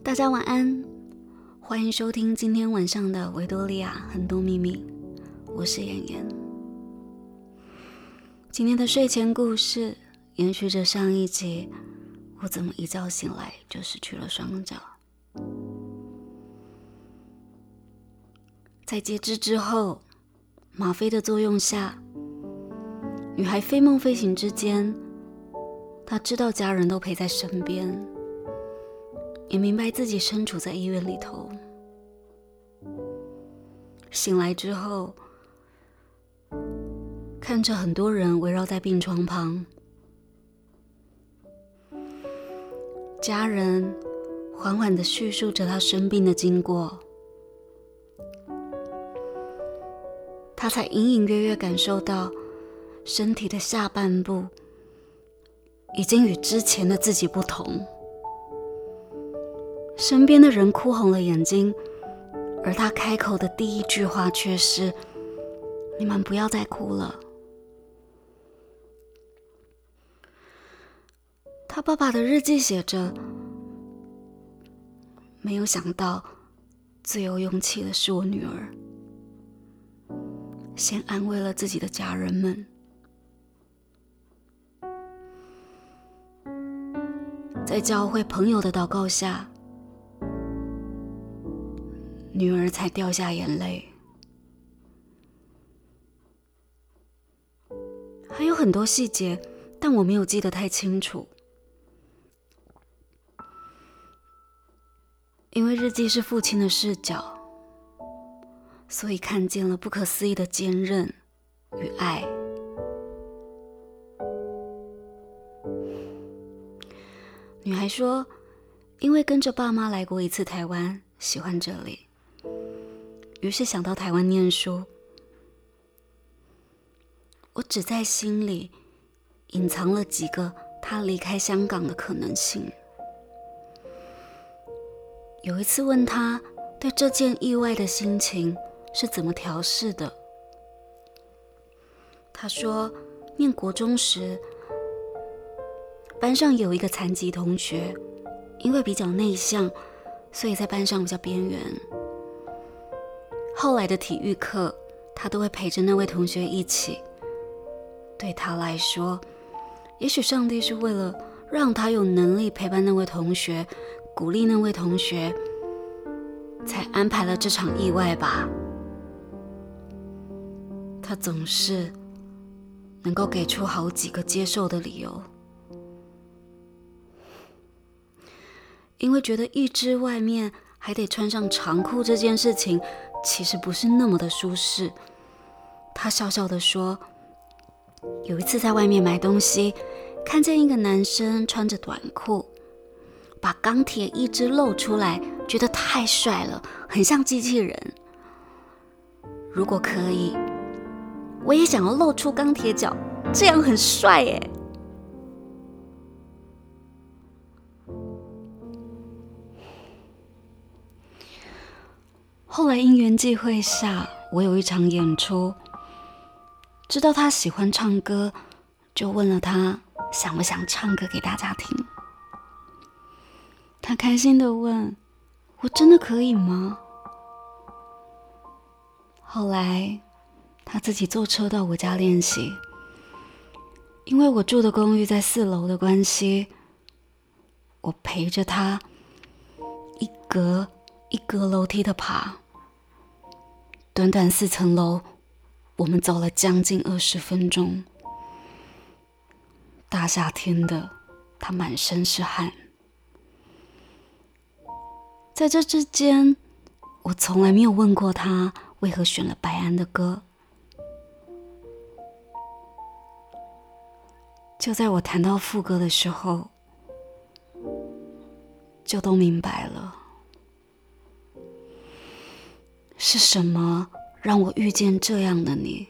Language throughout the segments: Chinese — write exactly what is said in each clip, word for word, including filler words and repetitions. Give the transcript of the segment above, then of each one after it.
大家晚安，欢迎收听今天晚上的维多利亚很多秘密，我是妍妍。今天的睡前故事延续着上一集，我怎么一觉醒来就失去了双脚。在截肢之后，吗啡的作用下，女孩非梦非醒之间，她知道家人都陪在身边，也明白自己身处在医院里头。醒来之后，看着很多人围绕在病床旁，家人缓缓地叙述着他生病的经过，他才隐隐约约感受到身体的下半部已经与之前的自己不同。身边的人哭红了眼睛，而他开口的第一句话却是：你们不要再哭了。他爸爸的日记写着，没有想到最有勇气的是我女儿，先安慰了自己的家人们。在教会朋友的祷告下，女儿才掉下眼泪。还有很多细节，但我没有记得太清楚，因为日记是父亲的视角，所以看见了不可思议的坚韧与爱。女孩说，因为跟着爸妈来过一次台湾，喜欢这里，于是想到台湾念书。我只在心里隐藏了几个他离开香港的可能性。有一次问他对这件意外的心情是怎么调试的，他说念国中时，班上有一个残疾同学，因为比较内向，所以在班上比较边缘。后来的体育课，他都会陪着那位同学一起。对他来说，也许上帝是为了让他有能力陪伴那位同学，鼓励那位同学，才安排了这场意外吧。他总是能够给出好几个接受的理由，因为觉得一只外面还得穿上长裤这件事情其实不是那么的舒适。他笑笑地说，有一次在外面买东西，看见一个男生穿着短裤，把钢铁一只露出来，觉得太帅了，很像机器人。如果可以，我也想要露出钢铁脚，这样很帅耶。后来因缘际会下，我有一场演出，知道他喜欢唱歌，就问了他想不想唱歌给大家听。他开心地问，我真的可以吗？后来他自己坐车到我家练习，因为我住的公寓在四楼的关系，我陪着他一格一格楼梯的爬，短短四层楼，我们走了将近二十分钟。大夏天的，他满身是汗。在这之间，我从来没有问过他为何选了白安的歌。就在我谈到副歌的时候，就都明白了，是什么让我遇见这样的你？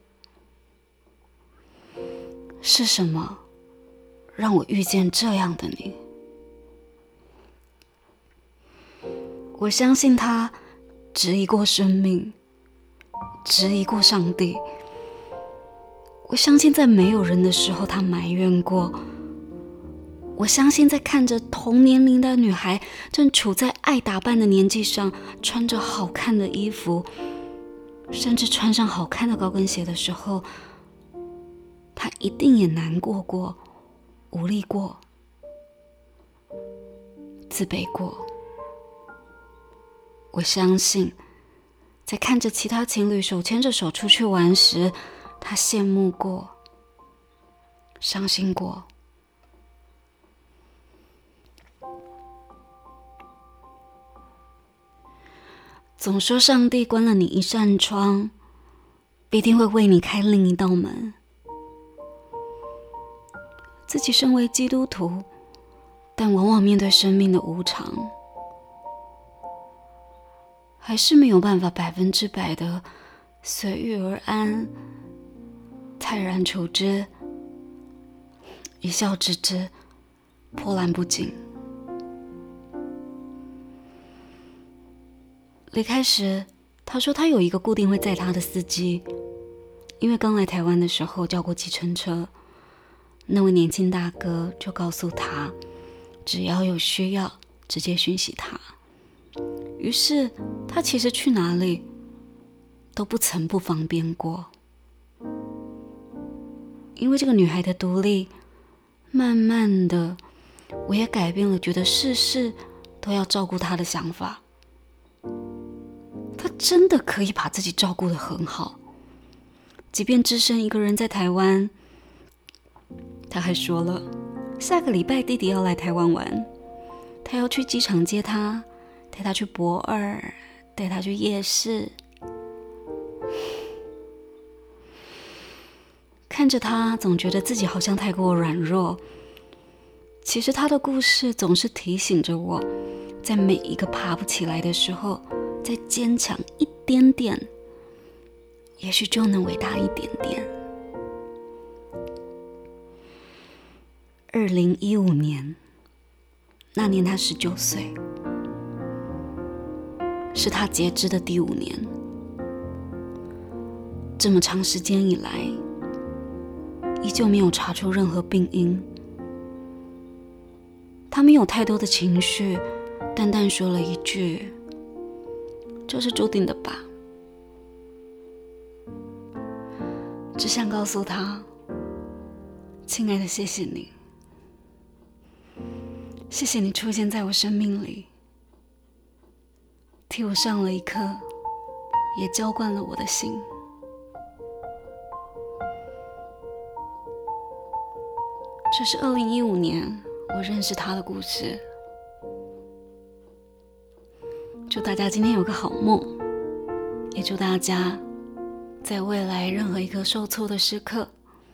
是什么让我遇见这样的你？我相信他质疑过生命，质疑过上帝。我相信在没有人的时候，他埋怨过我相信在看着同年龄的女孩正处在爱打扮的年纪上，穿着好看的衣服，甚至穿上好看的高跟鞋的时候，她一定也难过过，无力过，自卑过。我相信在看着其他情侣手牵着手出去玩时，她羡慕过，伤心过。总说上帝关了你一扇窗，必定会为你开另一道门。自己身为基督徒，但往往面对生命的无常，还是没有办法百分之百的随遇而安，泰然处之，一笑置之，波澜不惊。离开时，他说他有一个固定会载他的司机，因为刚来台湾的时候叫过计程车，那位年轻大哥就告诉他，只要有需要直接讯息他。于是他其实去哪里都不曾不方便过。因为这个女孩的独立，慢慢的我也改变了觉得事事都要照顾她的想法。她真的可以把自己照顾得很好，即便只身一个人在台湾。她还说了，下个礼拜弟弟要来台湾玩，她要去机场接他，带他去博二，带他去夜市。看着他，总觉得自己好像太过软弱。其实他的故事总是提醒着我，在每一个爬不起来的时候，再坚强一点点，也许就能伟大一点点。二零一五年，那年他十九岁，是他截肢的第五年。这么长时间以来，依旧没有查出任何病因。他没有太多的情绪，淡淡说了一句：“这是注定的吧。”只想告诉他，亲爱的，谢谢你，谢谢你出现在我生命里，替我上了一课，也浇灌了我的心。这是二零一五年我认识他的故事。祝大家今天有个好梦，也祝大家在未来任何一个受挫的时刻，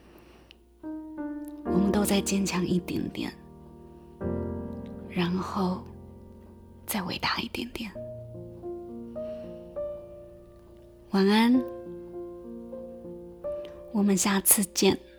我们都再坚强一点点，然后再伟大一点点。晚安，我们下次见。